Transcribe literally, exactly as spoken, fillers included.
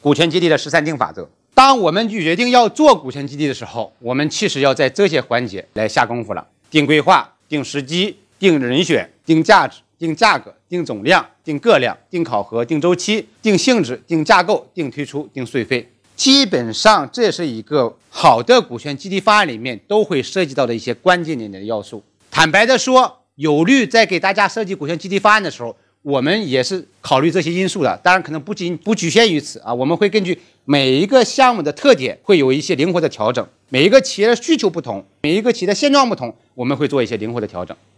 股权激励的十三定法则。当我们决定要做股权激励的时候，我们其实要在这些环节来下功夫了：定规划、定时机、定人选、定价值、定价格、定总量、定个量、定考核、定周期、定性质、定架构、定推出、定税费。基本上这是一个好的股权激励方案里面都会涉及到的一些关键点的要素。坦白的说，有律在给大家设计股权激励方案的时候，我们也是考虑这些因素的，当然可能不仅不局限于此啊，我们会根据每一个项目的特点，会有一些灵活的调整。每一个企业的需求不同，每一个企业的现状不同，我们会做一些灵活的调整。